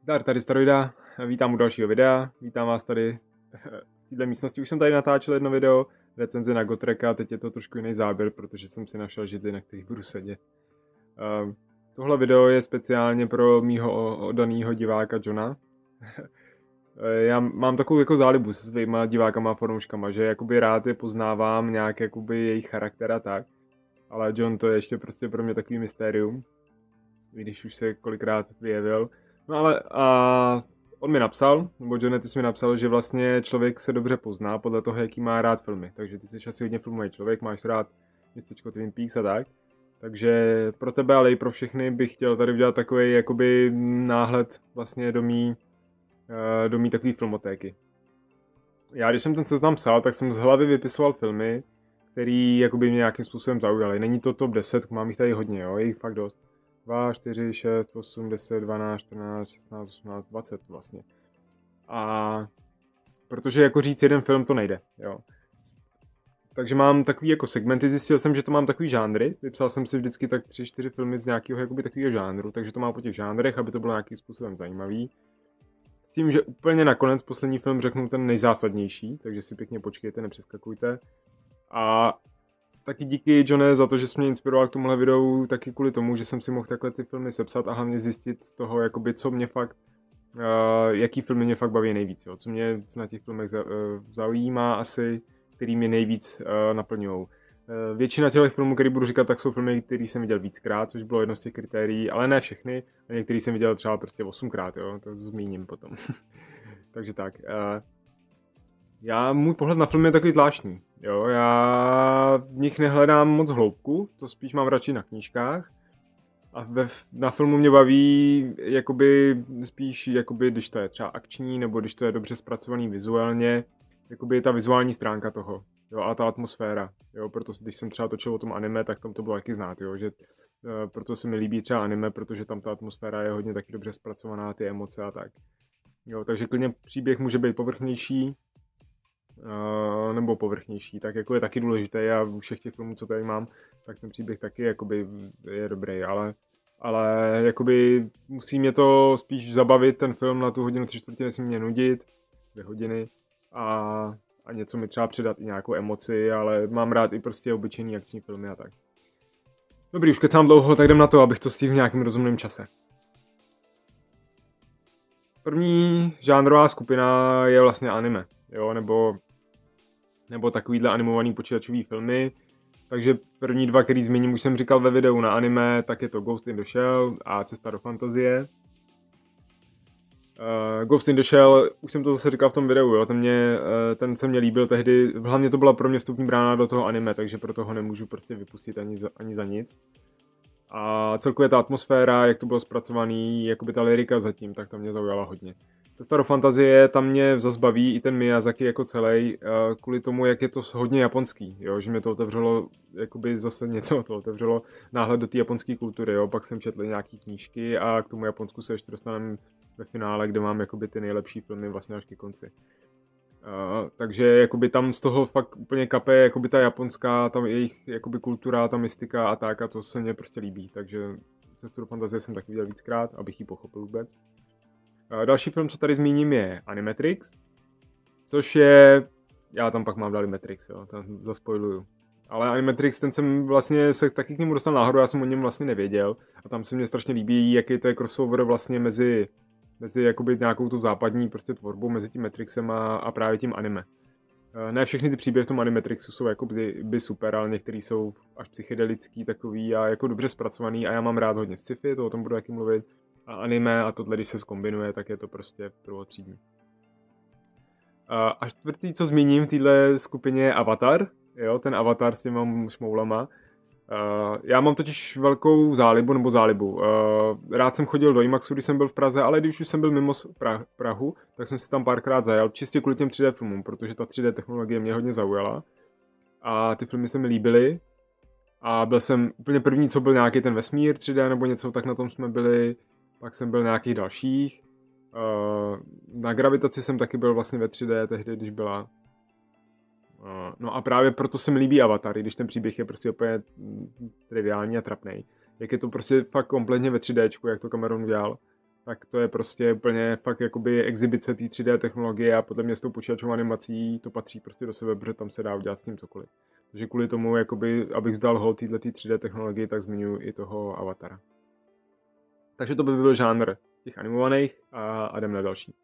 Tady Staroida, vítám u dalšího videa, vítám vás tady v této místnosti. Už jsem tady natáčel jedno video, recenze na Gotreka, teď je to trošku jiný záběr, protože jsem si našel židli, na kterých budu sedět. Tohle video je speciálně pro mýho oddaného diváka Johna. Já mám takovou jako zálibu se svýma divákama a fanouškama, že jakoby rád je poznávám nějak jakoby jejich charakter a tak. Ale John to je ještě prostě pro mě takový mystérium, i když už se kolikrát vyjevil. No ale on mi napsal, nebo John, ty jsi mi napsal, že vlastně člověk se dobře pozná podle toho, jaký má rád filmy. Takže ty jsi asi hodně filmový člověk, máš rád městečko Twin Peaks a tak. Takže pro tebe, ale i pro všechny bych chtěl tady udělat takový jakoby náhled vlastně do mý takový filmotéky. Já, když jsem ten seznam psal, tak jsem z hlavy vypisoval filmy, který jakoby mě nějakým způsobem zaujaly. Není to top 10, mám jich tady hodně, jo, je jich fakt dost. 2, 4, 6, 8, 10, 12, 14, 16, 18, 20 vlastně. A protože jako říct jeden film to nejde, jo. Takže mám takový jako segmenty, zjistil jsem, že to mám takový žánry. Vypsal jsem si vždycky tak 3-4 filmy z nějakého jakoby takového žánru, takže to mám po těch žánrech, aby to bylo nějakým způsobem zajímavý. S tím, že úplně nakonec poslední film řeknu ten nejzásadnější, takže si pěkně počkejte, nepřeskakujte. A taky díky, Johne, za to, že jsi mě inspiroval k tomuhle videu, taky kvůli tomu, že jsem si mohl takhle ty filmy sepsat a hlavně zjistit z toho, jakoby, co mě fakt, jaký filmy mě fakt baví nejvíc, jo? Co mě na těch filmech zaujímá asi, který mě nejvíc naplňují. Většina těch filmů, který budu říkat, tak jsou filmy, které jsem viděl víckrát, což bylo jedno z těch kritérií, ale ne všechny, a některý jsem viděl třeba prostě 8krát, jo? To zmíním potom. Takže tak. Můj pohled na film je takový zvláštní. Jo, já v nich nehledám moc hloubku, to spíš mám radši na knížkách. A na filmu mě baví jakoby spíš, jakoby, když to je třeba akční, nebo když to je dobře zpracovaný vizuálně, jakoby ta vizuální stránka toho, jo, a ta atmosféra. Jo, proto když jsem třeba točil o tom anime, tak tam to bylo taky znát, jo, že proto se mi líbí třeba anime, protože tam ta atmosféra je hodně taky dobře zpracovaná, ty emoce a tak. Jo, takže klidně příběh může být povrchnější, nebo povrchnější, tak jako je taky důležité a u všech těch filmů, co tady mám, tak ten příběh taky jakoby je dobrý, ale jakoby musí mě to spíš zabavit ten film na tu hodinu 3/4, nesmí mě nudit, 2 hodiny a něco mi třeba předat i nějakou emoci, ale mám rád i prostě obyčejný akční filmy a tak. Dobrý, už kecám dlouho, tak jdem na to, abych to stihl v nějakém rozumném čase. První žánrová skupina je vlastně anime, jo, nebo takovýhle animovaný počítačový filmy. Takže první 2, který zmíním, už jsem říkal ve videu na anime, tak je to Ghost in the Shell a Cesta do fantazie. Ghost in the Shell, už jsem to zase říkal v tom videu, jo, ten se mě líbil tehdy, hlavně to byla pro mě vstupní brána do toho anime, takže proto ho nemůžu prostě vypustit ani za nic. A celkově ta atmosféra, jak to bylo zpracovaný, jakoby ta lyrika zatím, tak to mě zaujala hodně. Cesta do fantazie, tam mě zas baví i ten Miyazaki jako celý, kvůli tomu, jak je to hodně japonský, jo, že mě to otevřelo, jakoby zase něco to otevřelo náhled do té japonské kultury, jo, pak jsem četl nějaký knížky a k tomu Japonsku se ještě dostaneme ve finále, kde mám jakoby ty nejlepší filmy vlastně až ke konci. Takže jakoby tam z toho fakt úplně kape jakoby ta japonská, tam jejich jakoby kultura, ta mystika a tak a to se mně prostě líbí, takže Cestu do fantazie jsem taky viděl víckrát, abych ji pochopil vůbec. Další film, co tady zmíním, je Animatrix, což je, já tam pak mám dali Matrix, jo, tam zaspoiluju. Ale Animatrix, ten jsem vlastně se taky k němu dostal náhodou, já jsem o něm vlastně nevěděl a tam se mně strašně líbí, jaký to je crossover vlastně mezi jakoby nějakou tu západní prostě tvorbou mezi tím Matrixem a právě tím anime. Ne všechny ty příběhy v tom Animatrixu jsou jako by super, ale některý jsou až psychedelický takový a jako dobře zpracovaný a já mám rád hodně sci-fi, to o tom budu taky mluvit. A anime a tohle, když se zkombinuje, tak je to prostě prvotřídní. A 4., co zmíním v téhle skupině, je Avatar. Jo, ten Avatar s těma šmoulama. Já mám totiž velkou zálibu. Rád jsem chodil do IMAXu, když jsem byl v Praze, ale když už jsem byl mimo Prahu, tak jsem si tam párkrát zajel, čistě kvůli těm 3D filmům, protože ta 3D technologie mě hodně zaujala. A ty filmy se mi líbily. A byl jsem úplně první, co byl nějaký ten vesmír 3D nebo něco, tak na tom jsme byli. Pak jsem byl nějakých dalších. Na Gravitaci jsem taky byl vlastně ve 3D tehdy, když byla. No a právě proto se mi líbí Avatar, když ten příběh je prostě úplně triviální a trapnej. Jak je to prostě fakt kompletně ve 3D, jak to Cameron udělal. tak to je prostě úplně fakt jakoby exibice té 3D technologie a podle mě s tou počítačovou animací to patří prostě do sebe, protože tam se dá udělat s tím cokoliv. Takže kvůli tomu, jakoby, abych vzdal hold této 3D technologii, tak zmiňuji i toho Avatara. Takže to by byl žánr těch animovaných a jdem na další.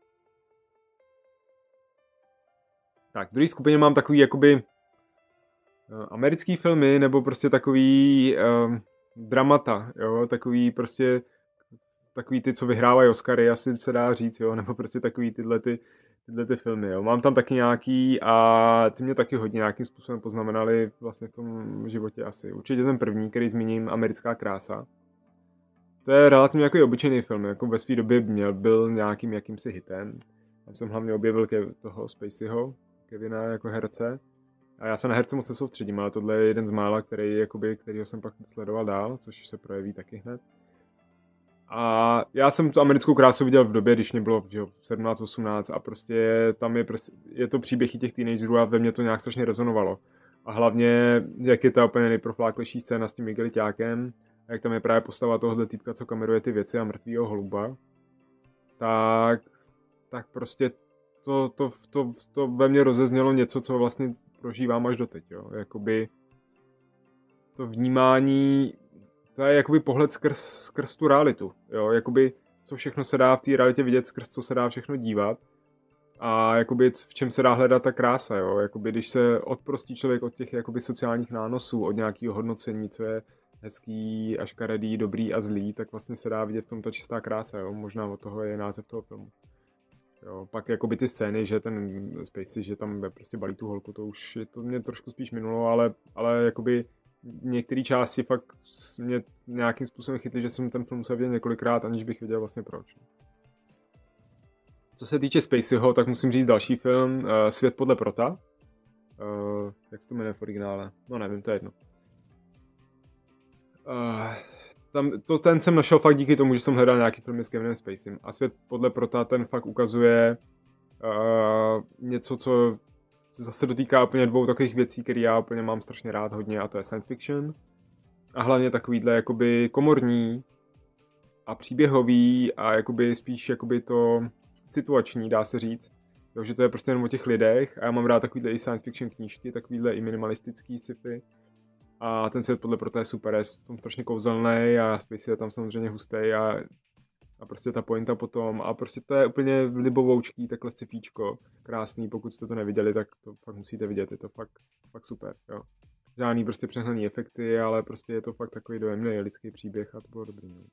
Tak, v druhé skupině mám takový jakoby americký filmy, nebo prostě takový dramata, jo, takový prostě takový ty, co vyhrávají Oscary, asi se dá říct, jo, nebo prostě takový tyhle ty filmy, jo. Mám tam taky nějaký a ty mě taky hodně nějakým způsobem poznamenaly vlastně v tom životě asi. Určitě ten první, který zmíním, Americká krása. To je relativně jako obyčejný film, jako ve své době byl nějakým jakýmsi hitem. Tam jsem hlavně objevil toho Spaceyho, Kevina jako herce. A já se na herce moc nesoustředím, ale tohle je jeden z mála, kterýho jsem pak sledoval dál, což se projeví taky hned. A já jsem tu Americkou krásu viděl v době, když mě bylo 17-18 a prostě tam je to příběh i těch teenagerů a ve mně to nějak strašně rezonovalo. A hlavně, jak je ta úplně nejprofláklejší scéna s tím igeliťákem, a jak tam je právě postava tohohle týpka, co kameruje ty věci a mrtvýho holuba, tak prostě to ve mně rozeznělo něco, co vlastně prožívám až doteď, jo. Jakoby to vnímání, to je jakoby pohled skrz tu realitu, jo. Jakoby co všechno se dá v té realitě vidět, skrz co se dá všechno dívat a jakoby v čem se dá hledat ta krása, jo. Jakoby když se odprostí člověk od těch jakoby sociálních nánosů, od nějakého hodnocení, co je hezký a škaredý, dobrý a zlý, tak vlastně se dá vidět v tom ta čistá krása, jo. Možná od toho je název toho filmu. Jo, pak jakoby ty scény, že ten Spacey, že tam prostě balí tu holku, to mě trošku spíš minulo, ale jakoby některé části fakt mě nějakým způsobem chytly, že jsem ten film musel vidět několikrát, aniž bych věděl vlastně proč. Co se týče Spaceyho, tak musím říct další film, Svět podle Prota. Jak se to jmenuje v originále? No nevím, to je jedno. Ten jsem našel fakt díky tomu, že jsem hledal nějaký filmy s Kevinem Spaceym. A Svět podle Prota ten fakt ukazuje něco, co se zase dotýká úplně dvou takových věcí, které já úplně mám strašně rád hodně, a to je science fiction. A hlavně takovýhle jakoby komorní a příběhový a jakoby spíš jakoby to situační, dá se říct. Jo, že to je prostě jenom o těch lidech a já mám rád takovýhle i science fiction knížky, takovýhle i minimalistický sci-fi. A ten Svět podle Prota je super, je v tom strašně kouzelný a Spacey je tam samozřejmě hustý a prostě ta pointa potom a prostě to je úplně libovoučký, takhle sci-fíčko, krásný, pokud jste to neviděli, tak to fakt musíte vidět, je to fakt super, jo. Žádný prostě přehnaný efekty, ale prostě je to fakt takový dojemný lidský příběh a to bylo dobrý, no.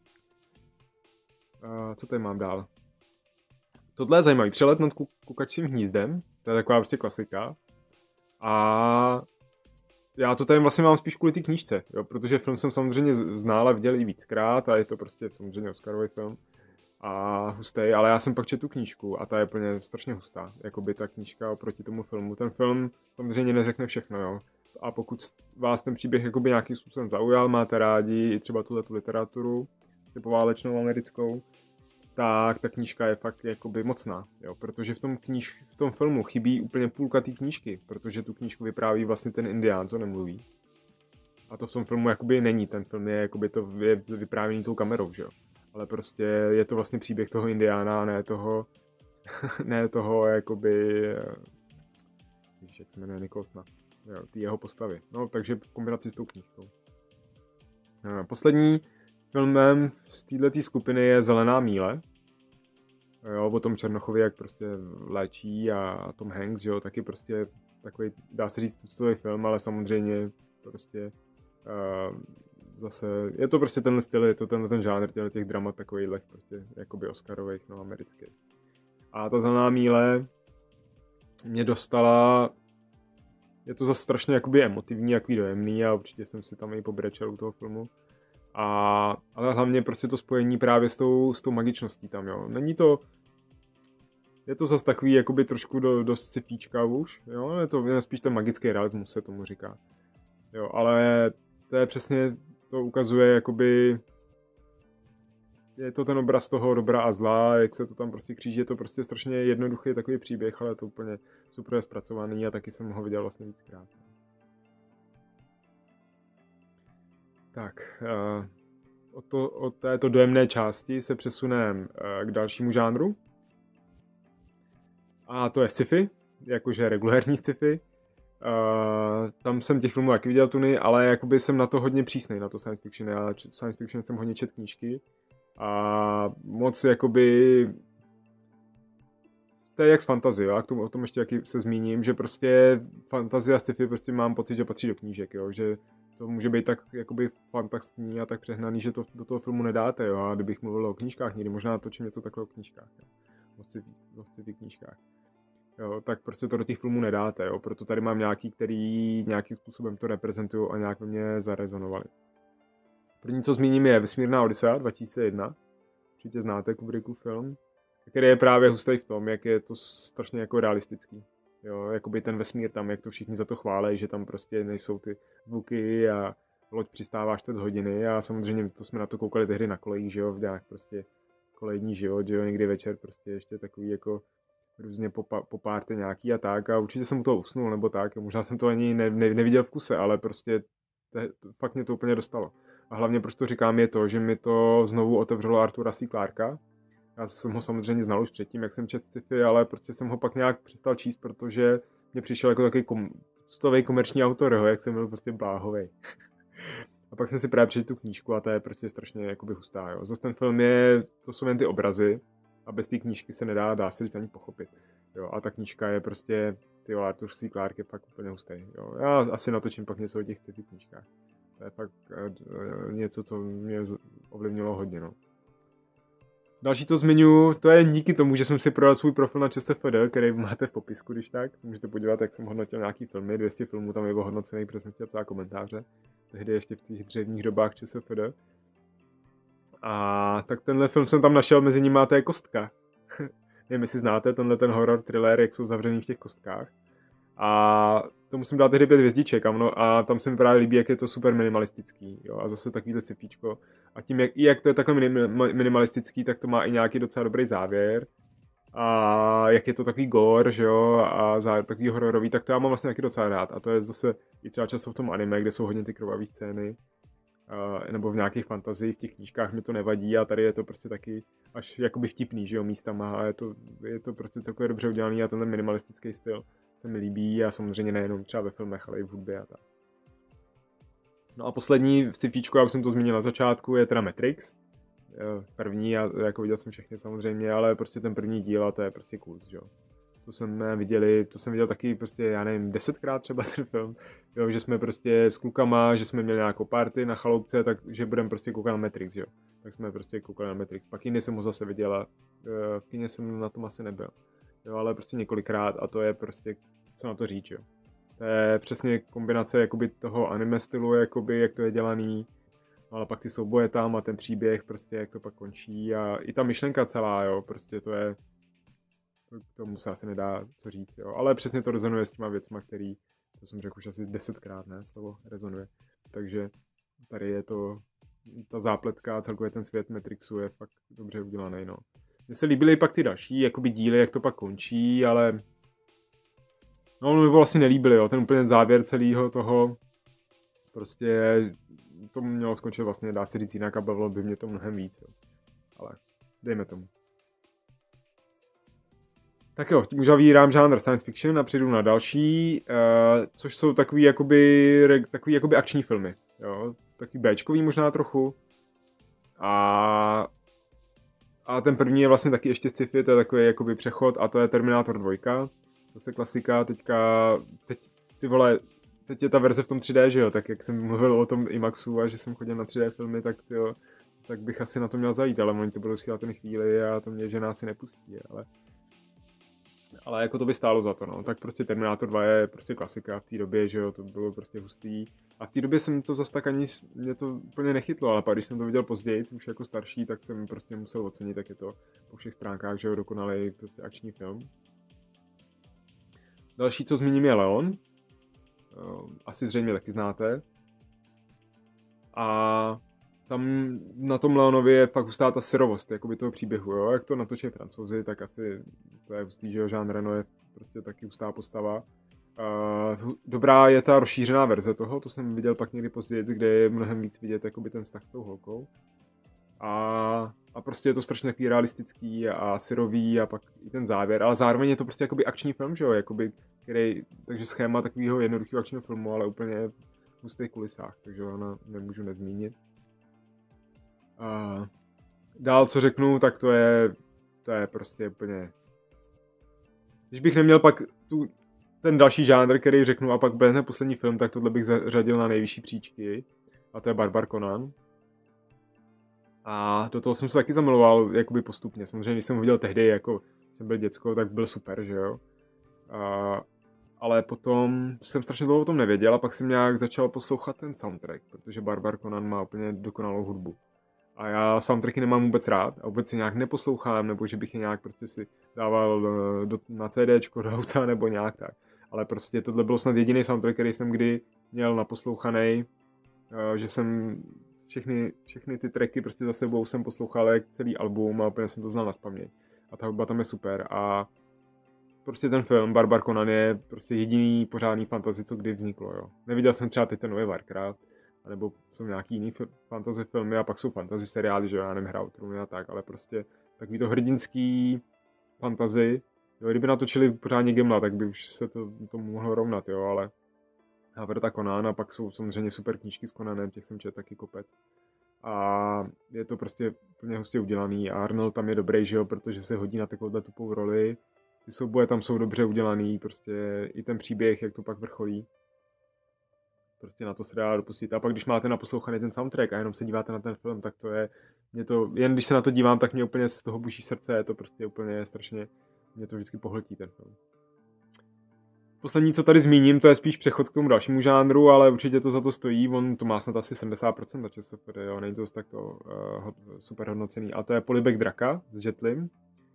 Co tady mám dál? Tohle je zajímavý, Přelet nad kukačím hnízdem, to je taková prostě klasika a já to tady vlastně mám spíš kvůli té knížce, jo, protože film jsem samozřejmě znal a viděl i víckrát a je to prostě samozřejmě Oscarový film a hustý, ale já jsem pak četl tu knížku a ta je úplně strašně hustá, jakoby ta knížka oproti tomu filmu. Ten film samozřejmě neřekne všechno, jo. A pokud vás ten příběh jakoby nějakým způsobem zaujal, máte rádi i třeba tu literaturu, poválečnou americkou, tak ta knížka je fakt jakoby mocná, jo, protože v tom filmu chybí úplně půlka té knížky, protože tu knížku vypráví vlastně ten indián, co nemluví. A to v tom filmu jakoby není, ten film je jakoby to je vyprávění tou kamerou, že jo. Ale prostě je to vlastně příběh toho indiána a ne toho jakoby, jak se jmenuje Nicholsona, jo, ty jeho postavy. No, takže v kombinaci s tou knížkou. Poslední filmem z této skupiny je Zelená míle. Jo, o tom Černochovi, jak prostě léčí a Tom Hanks, jo, taky prostě takový, dá se říct, tuctový film, ale samozřejmě prostě zase, je to prostě tenhle styl, je to ten žánr těch dramat takových prostě jakoby Oscarových, no, amerických. A ta Zelená míle mě dostala, je to zase strašně jakoby emotivní, jaký dojemný a určitě jsem si tam i pobrečel u toho filmu. Ale hlavně prostě to spojení právě s tou magičností tam, jo. Je to zase takový jakoby trošku do sci-fíčka už, jo. Je to spíš ten magický realismus, se tomu říká. Jo, ale to je přesně, to ukazuje jakoby, je to ten obraz toho dobra a zla, jak se to tam prostě kříží, je to prostě strašně jednoduchý takový příběh, ale je to úplně super zpracovaný a taky jsem ho viděl vlastně víckrát. Tak, od této dojemné části se přesuneme k dalšímu žánru. A to je sci-fi, jakože regulérní sci-fi. Tam jsem těch filmů taky viděl tuny, ale jakoby jsem na to hodně přísnej, na to science fiction. Já science fiction jsem hodně čet knížky a moc jakoby to je jak s fantasy, jo? O tom ještě taky se zmíním, že prostě fantasy a sci-fi prostě mám pocit, že patří do knížek, jo? Že to může být tak jakoby fantastní a tak přehnaný, že to do toho filmu nedáte, jo? A kdybych mluvil o knížkách někdy, možná točím něco takhle o knížkách, jo? O sci-fi knížkách. Jo, tak prostě to do těch filmů nedáte, jo? Proto tady mám nějaký, který nějakým způsobem to reprezentují a nějak ve mě zarezonovali. První, co zmíním, je Vesmírná Odyssea 2001. Určitě znáte Kubrickův film, který je právě hustý v tom, jak je to strašně jako realistický. Jo, jakoby ten vesmír tam, jak to všichni za to chválej, že tam prostě nejsou ty zvuky a loď přistává 4 hodiny a samozřejmě to jsme na to koukali tehdy na kolejích, že jo, v nějak prostě kolejní život, že jo, někdy večer prostě ještě takový jako různě po párty nějaký a tak a určitě jsem u toho usnul nebo tak, možná jsem to ani neviděl v kuse, ale prostě fakt mě to úplně dostalo. A hlavně proč to říkám je to, že mi to znovu otevřelo Artura C. Clarka. Já jsem ho samozřejmě znal už předtím, jak jsem četl sci-fi, ale prostě jsem ho pak nějak přestal číst, protože mě přišel jako takový stovej komerční autor, jo, jak jsem byl prostě bláhovej. A pak jsem si právě přečetl tu knížku a ta je prostě strašně jakoby hustá, jo. Zase ten film to jsou jen ty obrazy a bez té knížky se dá se říct ani pochopit, jo. A ta knížka je prostě, Arthur C. Clarke je fakt úplně hustý, jo. Já asi natočím pak něco o těch sci-fi knížkách. To je fakt něco, co mě ovlivnilo hodně, no. Další, co zmiňuji, to je díky tomu, že jsem si prodal svůj profil na ČSFD, který máte v popisku, když tak. Můžete podívat, jak jsem hodnotil nějaký filmy, 200 filmů tam je hodnocených, protože jsem chtěl ptát komentáře. Tehdy ještě v těch dřevních dobách ČSFD. A tak tenhle film jsem tam našel, mezi nimi to je Kostka. Nevím, jestli znáte tenhle ten horror thriller, jak jsou zavřený v těch kostkách. A to musím dát tehdy 5 hvězdiček a tam se mi právě líbí, jak je to super minimalistický, jo, a zase takovýhle sci-fíčko. A tím, jak to je takhle minimalistický, tak to má i nějaký docela dobrý závěr. A jak je to takový gore, že jo, a takový hororový, tak to já mám vlastně taky docela rád. A to je zase i třeba často v tom anime, kde jsou hodně ty krvavé scény. Nebo v nějakých fantaziích, v těch knížkách mi to nevadí a tady je to prostě taky až jakoby vtipný, že jo, místama a je to prostě celkově dobře udělaný a tenhle minimalistický styl se mi líbí a samozřejmě nejenom třeba ve filmech, ale i v hudbě a tak. No a poslední v sci-fíčku, já už jsem to zmínil na začátku, je teda Matrix. První, já jako viděl jsem všechny samozřejmě, ale prostě ten první díl a to je prostě kult, že jo. To jsem viděl taky prostě, já nevím, 10krát třeba ten film, jo, že jsme prostě s klukama, že jsme měli nějakou party na chaloupce, takže budeme prostě koukat na Matrix, jo. Tak jsme prostě koukali na Matrix. Pak jiný jsem ho zase viděl a v kině jsem na tom asi nebyl. Jo, ale prostě několikrát a to je prostě, co na to říct, jo. To je přesně kombinace jakoby toho anime stylu, jakoby, jak to je dělaný, ale pak ty souboje tam a ten příběh, prostě jak to pak končí a i ta myšlenka celá, jo, prostě to je, tomu se asi nedá co říct, jo, ale přesně to rezonuje s těma věcma, který, to jsem řekl už asi 10krát, ne, slovo rezonuje, takže tady je to, ta zápletka a celkově ten svět Matrixu je fakt dobře udělaný, no. Mně se líbily pak ty další, jakoby díly, jak to pak končí, ale no, mi vlastně nelíbily, jo, ten úplně závěr celého toho, prostě to mělo skončit vlastně, dá se říct jinak a bavilo by mě to mnohem víc, jo. Ale dejme tomu. Tak jo, tím uzavírám žánr science fiction a přijdu na další, což jsou takový jakoby akční filmy, jo, takový Bčkový možná trochu. A ten první je vlastně taky ještě sci-fi, to je takový jakoby přechod a to je Terminator 2, zase klasika, teď je ta verze v tom 3D, že jo, tak jak jsem mluvil o tom IMAXu a že jsem chodil na 3D filmy, tak bych asi na to měl zajít, ale oni to budou sílat ten chvíli a to mě žena asi nepustí, ale jako to by stálo za to, no. Tak prostě Terminator 2 je prostě klasika v té době, že jo, to bylo prostě hustý. A v té době jsem to zas tak ani, mě to úplně nechytlo, ale pak když jsem to viděl později, už jako starší, tak jsem prostě musel ocenit, jak je to po všech stránkách, že jo, dokonalý prostě akční film. Další, co zmíním, je Leon. Asi zřejmě taky znáte. A tam na tom Leonovi je fakt hustá ta syrovost jakoby toho příběhu, jo? Jak to natočí Francouzi, tak asi to je hustý, že jo, Jean Reno je prostě taky hustá postava. Dobrá je ta rozšířená verze toho, to jsem viděl pak někdy později, kde je mnohem víc vidět jakoby ten vztah s tou holkou. A prostě je to strašně takový realistický a syrový a pak i ten závěr, ale zároveň je to prostě jakoby akční film, že jo, jakoby, takže schéma takového jednoduchého akčního filmu, ale úplně v hustých kulisách, takže ona nemůžu nezmínit. A dál, co řeknu, tak to je prostě úplně... Když bych neměl pak ten další žánr, který řeknu, a pak bude ten poslední film, tak tohle bych zařadil na nejvyšší příčky, a to je Barbar Conan. A do toho jsem se taky zamiloval jakoby postupně. Samozřejmě, když jsem ho viděl tehdy, jako jsem byl děcko, tak byl super, že jo. Ale potom jsem strašně dlouho o tom nevěděl a pak jsem nějak začal poslouchat ten soundtrack, protože Barbar Conan má úplně dokonalou hudbu. A já soundtracky nemám vůbec rád a vůbec si nějak neposlouchám, nebo že bych je nějak prostě si dával na CDčko do auta nebo nějak tak. Ale prostě tohle bylo snad jediný soundtrack, který jsem kdy měl naposlouchaný, že jsem všechny ty tracky prostě za sebou jsem poslouchal jak celý album a úplně jsem to znal nazpaměť. A ta hudba tam je super a prostě ten film Barbar Conan je prostě jediný pořádný fantasy, co kdy vzniklo, jo. Neviděl jsem třeba teď ten nový Warcraft, nebo jsou nějaký jiný fantasy filmy a pak jsou fantasy seriály, že jo, já nevím, Hra o trůny a tak, ale prostě takový to hrdinský fantasy, jo, kdyby natočili pořádně Gimla, tak by už se to mohlo rovnat, jo, ale Haverta Conan a pak jsou samozřejmě super knížky s Conanem, těch jsem četl taky kopec. A je to prostě úplně hustě udělaný a Arnold tam je dobrý, že jo, protože se hodí na takovouhle tupou roli. Ty souboje tam jsou dobře udělaný, prostě i ten příběh, jak to pak vrcholí. Prostě na to se dá dopustit. A pak když máte naposlouchaný ten soundtrack a jenom se díváte na ten film, tak to je, jen když se na to dívám, tak mě úplně z toho buší srdce, je to prostě úplně strašně, mě to vždycky pohltí ten film. Poslední, co tady zmíním, to je spíš přechod k tomu dalšímu žánru, ale určitě to za to stojí. On to má snad asi 70% na ČSFD, jo, není to zase takto super hodnocený. A to je Polibek Draka s Jet Lim.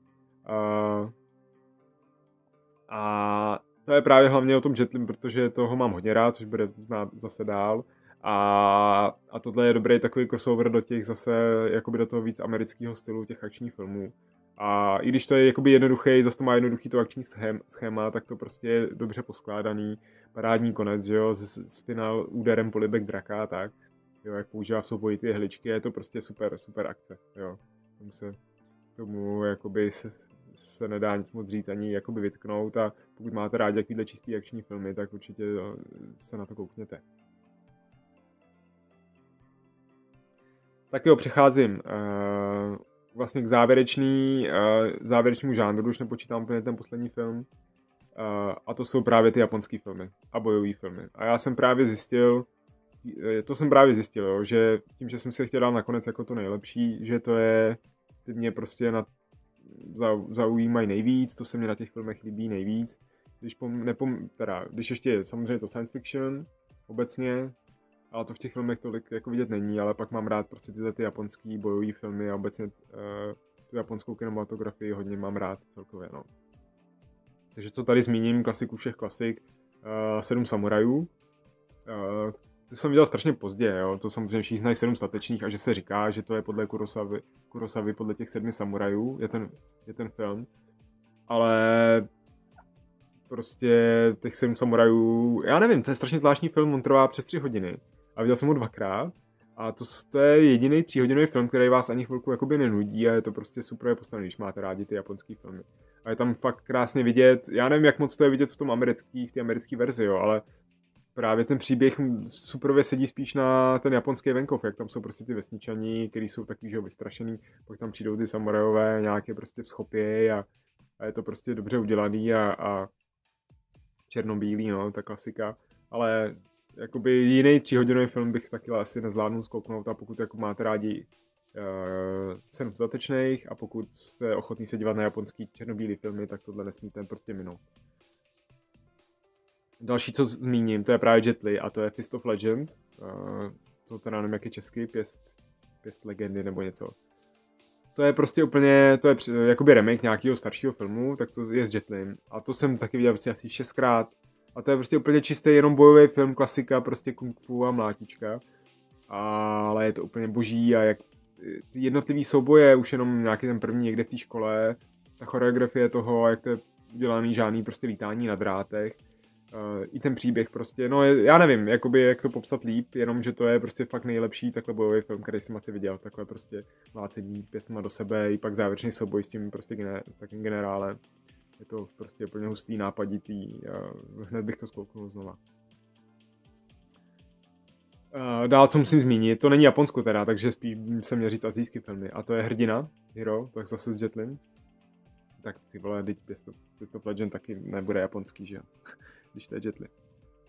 A to je právě hlavně o tom Jet Lim, protože toho mám hodně rád, což bude znát zase dál. A tohle je dobrý takový crossover do těch zase, jakoby do toho víc amerického stylu těch akčních filmů. A i když to je jakoby jednoduchý, zase to má jednoduchý to akční schéma, tak to prostě je dobře poskládaný, parádní konec, že jo, s finál úderem Polibek Draka, tak, jo, jak používá v souboji ty hličky, je to prostě super akce, jo. Tomu jakoby se nedá nic moc říct ani jakoby vytknout a pokud máte rádi jakýhle čistý akční filmy, tak určitě se na to koukněte. Tak jo, přecházím vlastně k závěrečnému žánru, už nepočítám úplně ten poslední film. A to jsou právě ty japonský filmy a bojové filmy. A já jsem právě zjistil, jo, že tím, že jsem si chtěl dát nakonec jako to nejlepší, že to je, ty mě prostě zaujímají nejvíc, to se mě na těch filmech líbí nejvíc. Když ještě samozřejmě to science fiction obecně, ale to v těch filmech tolik jako vidět není, ale pak mám rád prostě ty japonský bojové filmy a obecně tu japonskou kinematografii hodně mám rád celkově, no. Takže co tady zmíním, klasiku všech klasik, 7 samurajů. To jsem viděl strašně pozdě, jo. To samozřejmě všichni znají 7 statečných a že se říká, že to je podle Kurosavy podle těch 7 samurajů, je ten film. Ale prostě těch 7 samurajů, já nevím, to je strašně zvláštní film, on trvá přes 3 hodiny. A viděl jsem ho 2krát. A to je jediný 3hodinový film, který vás ani chvilku jakoby nenudí a je to prostě super postavený, když máte rádi ty japonský filmy. A je tam fakt krásně vidět, já nevím, jak moc to je vidět v té americké verzi, jo, ale právě ten příběh superově sedí spíš na ten japonský venkov, jak tam jsou prostě ty vesničani, kteří jsou takový, že vystrašený, pak tam přijdou ty samurajové, nějaké prostě vzchopy a je to prostě dobře udělaný a černobílý, no, ta klasika, ale jakoby jiný 3hodinový film bych taky asi nezvládnul zkouknout a pokud jako máte rádi 7 statečných a pokud jste ochotní se dívat na japonský černobílý filmy, tak tohle nesmíte prostě minout. Další, co zmíním, to je právě Jet Li a to je Fist of Legend. To teda nevím, jak je česky, pěst legendy nebo něco. To je prostě úplně, to je jakoby remake nějakého staršího filmu, tak to je s Jet Lim. A to jsem taky viděl prostě asi 6krát. A to je prostě úplně čistý jenom bojový film, klasika, prostě kung fu a mlátička. Ale je to úplně boží a jak ty jednotlivý souboje, už jenom nějaký ten první někde v té škole, ta choreografie toho, jak to je udělaný žádný prostě lítání na drátech. I ten příběh prostě, no já nevím, jakoby, jak to popsat líp, jenom že to je prostě fakt nejlepší takhle bojový film, který jsem asi viděl, takhle prostě mlácení pěstma do sebe, i pak závěrečný souboj s tím prostě s takým generálem. Je to prostě úplně hustý, nápaditý, hned bych to zkouknul znova. Dál, co musím zmínit, to není Japonsko teda, takže spíš jsem měl říct asijský filmy, a to je Hrdina, Hero, tak zase s Jet Lim. Tak ty vole, teď Fist of Legend taky nebude japonský, že jo, když to je Jet Li.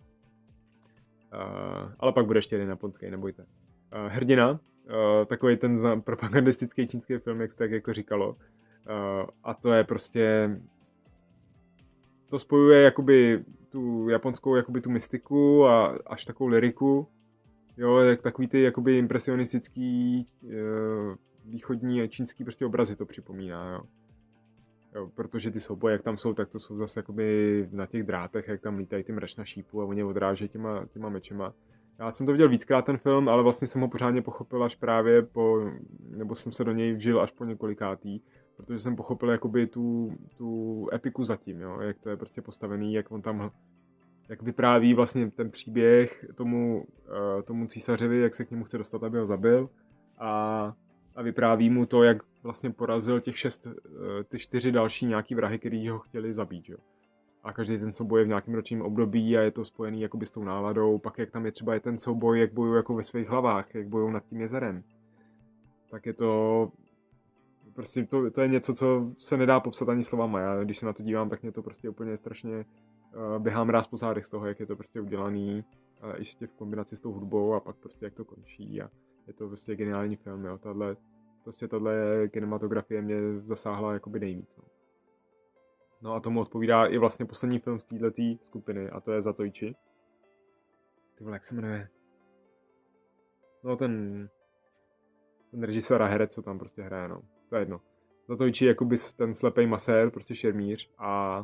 Ale pak bude ještě jeden japonský, nebojte. Hrdina, takový ten propagandistický čínský film, jak se tak jako říkalo. A to je prostě... To spojuje jakoby tu japonskou jakoby tu mystiku a až takovou lyriku. Jo, jak takový ty jakoby impresionistický východní a čínský prostě obrazy to připomíná, jo. Jo, protože ty souboje, jak tam jsou, tak to jsou zase jakoby na těch drátech, jak tam lítají ty mrač na šípu a oni odrážejí těma mečema. Já jsem to viděl víckrát ten film, ale vlastně jsem ho pořádně pochopil až právě nebo jsem se do něj vžil až po několikátý, protože jsem pochopil jakoby tu epiku zatím, jo, jak to je prostě postavený, jak on tam, jak vypráví vlastně ten příběh tomu císařovi, jak se k němu chce dostat, aby ho zabil a vypráví mu to, jak vlastně porazil ty 4 další nějaký vrahy, který ho chtěli zabít, jo. A každý ten souboj je v nějakém ročním období a je to spojený jakoby s tou náladou, pak jak tam je třeba ten souboj, jak bojují jako ve svých hlavách, jak bojují nad tím jezerem. Tak je to prostě to je něco, co se nedá popsat ani slovama. Já když se na to dívám, tak mě to prostě úplně strašně běhám mráz po zádech z toho, jak je to prostě udělaný, a ještě v kombinaci s tou hudbou a pak prostě jak to končí a je to prostě geniální film, jo. Tahle kinematografie mě zasáhla jakoby nejvíc. No a tomu odpovídá i vlastně poslední film z této skupiny a to je Zatoichi. Ty vole, jak se jmenuje? No ten režisér a herec, co tam prostě hraje, no. To je jedno. Zatoichi je jakoby ten slepej masér, prostě šermíř a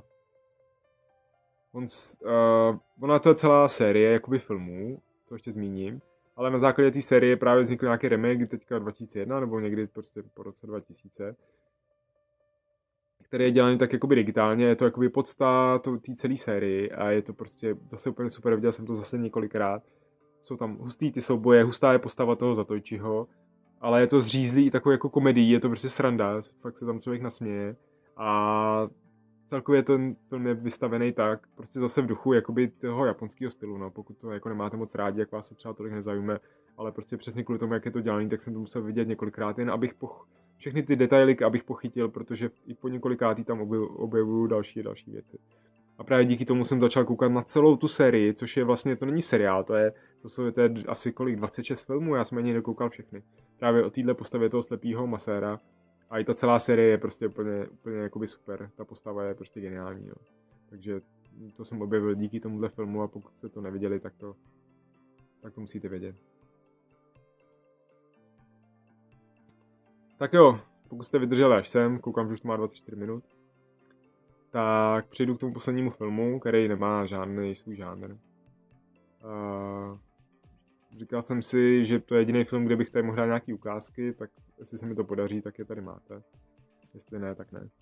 ona to je celá série jakoby filmů, to ještě zmíním, ale na základě té série právě vznikl nějaký remake teďka 2001 nebo někdy prostě po roce 2000, který je dělaný tak jakoby digitálně, je to jakoby podsta té celé sérii a je to prostě zase úplně super, viděl jsem to zase několikrát. Jsou tam hustý ty souboje, hustá je postava toho Zatoichiho, ale je to zřízlý i takovou jako komedii, je to prostě sranda, fakt se tam člověk nasměje a celkově ten film je vystavený tak, prostě zase v duchu jakoby toho japonského stylu, no, pokud to jako nemáte moc rádi, jak vás to třeba tolik nezajímá, ale prostě přesně kvůli tomu, jak je to dělaný, tak jsem to musel vidět několikrát, jen abych všechny ty detaily, abych pochytil, protože i po několikátý tam objevuju další věci. A právě díky tomu jsem začal koukat na celou tu sérii, což je vlastně, to není seriál, to je asi 26 filmů, já jsem ani nedokoukal všechny. Právě o téhle postavě toho slepýho maséra. A i ta celá série je prostě úplně jakoby super. Ta postava je prostě geniální, jo. Takže to jsem objevil díky tomuhle filmu a pokud jste to neviděli, tak to musíte vědět. Tak jo, pokud jste vydrželi až sem, koukám, že už to má 24 minut, tak přejdu k tomu poslednímu filmu, který nemá žádný svůj žánr. Říkal jsem si, že to je jediný film, kde bych tady mohl dát nějaký ukázky, tak jestli se mi to podaří, tak je tady máte. Jestli ne, tak ne.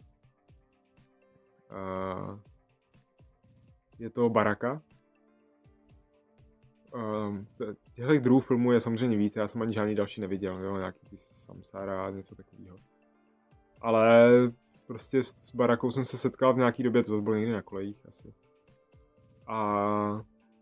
Je to Baraka. Těchto druhů filmů je samozřejmě víc, já jsem ani žádný další neviděl, jo, nějaký ty Samsara a něco takového. Ale prostě s Barakou jsem se setkal v nějaký době, to bylo někdy na kolejích asi. A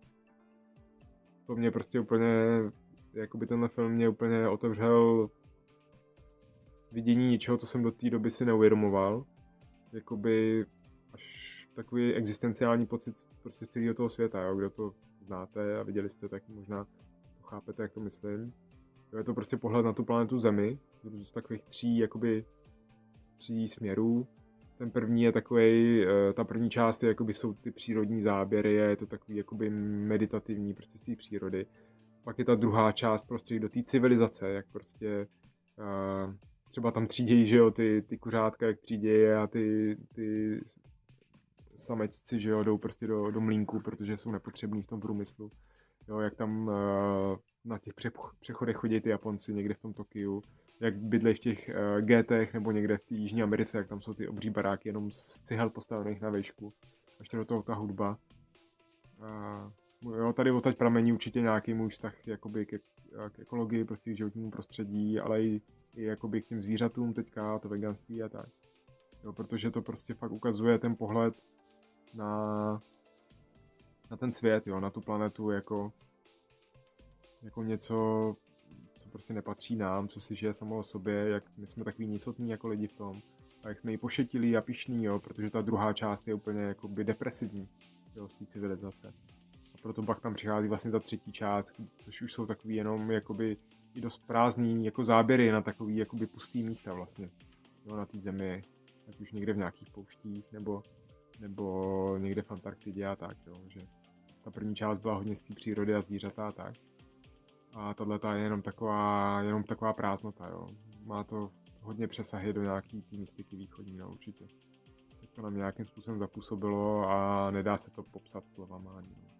to mě prostě úplně, jakoby tenhle film mě úplně otevřel vidění něčeho, co jsem do té doby si neuvědomoval. Jakoby až takový existenciální pocit prostě z celého toho světa, jo? Kdo to znáte a viděli jste, tak možná to chápete, jak to myslím. Je to prostě pohled na tu planetu Zemi, z takových tří směrů. Ten první je takovej, ta první část je, jakoby jsou ty přírodní záběry, je to takový jakoby meditativní prostě z té přírody. Pak je ta druhá část prostě do té civilizace, jak prostě třeba tam třídějí, že jo, ty kuřátka, jak třídějí a ty samečci, že jo, jdou prostě do mlýnku, protože jsou nepotřební v tom průmyslu. Jo, jak tam na těch přechodech chodí ty Japonci někde v tom Tokiu, jak bydlejí v těch GTech nebo někde v té Jižní Americe, jak tam jsou ty obří baráky jenom z cihel postavených na výšku. Ještě do toho ta hudba. Jo, tady odtaď pramení určitě nějaký můj vztah jakoby k ekologii, prostě k životnímu prostředí, ale i jakoby k těm zvířatům teďka, to veganství a tak. Jo, protože to prostě fakt ukazuje ten pohled na ten svět, jo, na tu planetu jako něco, co prostě nepatří nám, co si žije samo o sobě, jak my jsme takový nicotní jako lidi v tom. A jak jsme ji pošetilí a pyšní, jo, protože ta druhá část je úplně jakoby depresivní, jo, z té civilizace. A proto pak tam přichází vlastně ta třetí část, což už jsou takový jenom jakoby i dost prázdný jako záběry na takový jakoby pustý místa vlastně, jo, na té zemi, ať už někde v nějakých pouštích, nebo někde v Antarktidě a tak, jo, že ta první část byla hodně z té přírody a zvířata a tak. A tohle je jenom taková prázdnota, jo. Má to hodně přesahy do nějaký té mystiky východní, no, určitě. Tak to nám nějakým způsobem zapůsobilo a nedá se to popsat slovama ani. No.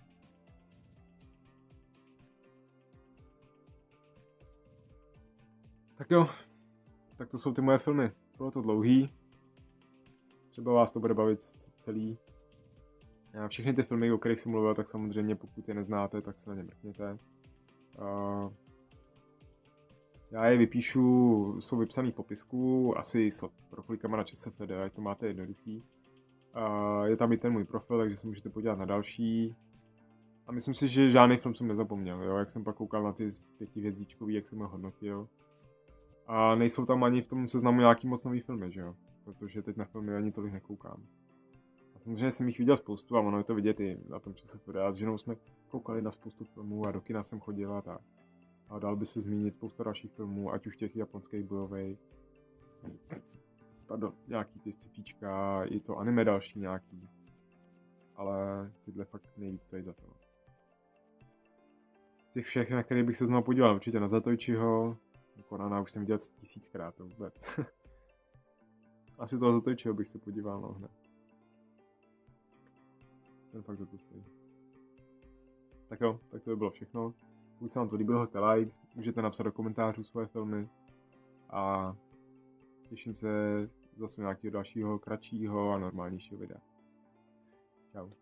Tak jo, tak to jsou ty moje filmy. Bylo to dlouhý. Třeba vás to bude bavit celý. A všechny ty filmy, o kterých jsem mluvil, tak samozřejmě pokud je neznáte, tak se na ně mrkněte. Já je vypíšu, jsou vypsaný v popisku, asi s profilkama na ČSFD, ať to máte jednoduchý. Je tam i ten můj profil, takže se můžete podívat na další. A myslím si, že žádný film jsem nezapomněl, jo? Jak jsem pak koukal na ty 5hvězdičkový, jak jsem ho hodnotil. A nejsou tam ani v tom seznamu nějaký moc nový filmy, že jo? Protože teď na filmy ani tolik nekoukám. A samozřejmě jsem jich viděl spoustu a ono je to vidět i na tom ČSFD. A s ženou jsme koukali na spoustu filmů a do kina jsem chodil a tak. A dál by se zmínit spousta dalších filmů, ať už těch japonských bojových, pardon, nějaký ty sci-fíčka, i to anime další nějaký. Ale tyhle fakt nejvíc stojí za to. Z těch všech, na které bych se znovu podíval, určitě na Zatoichiho, Konana už jsem viděl 1000krát, to vůbec. Asi toho Zatoichiho bych se podíval, no hned. Ten fakt za to stojí. Tak jo, tak to by bylo všechno. Pokud se vám to líbilo, hoďte like, můžete napsat do komentářů svoje filmy a těším se zase nějakého dalšího, kratšího a normálnějšího videa. Čau.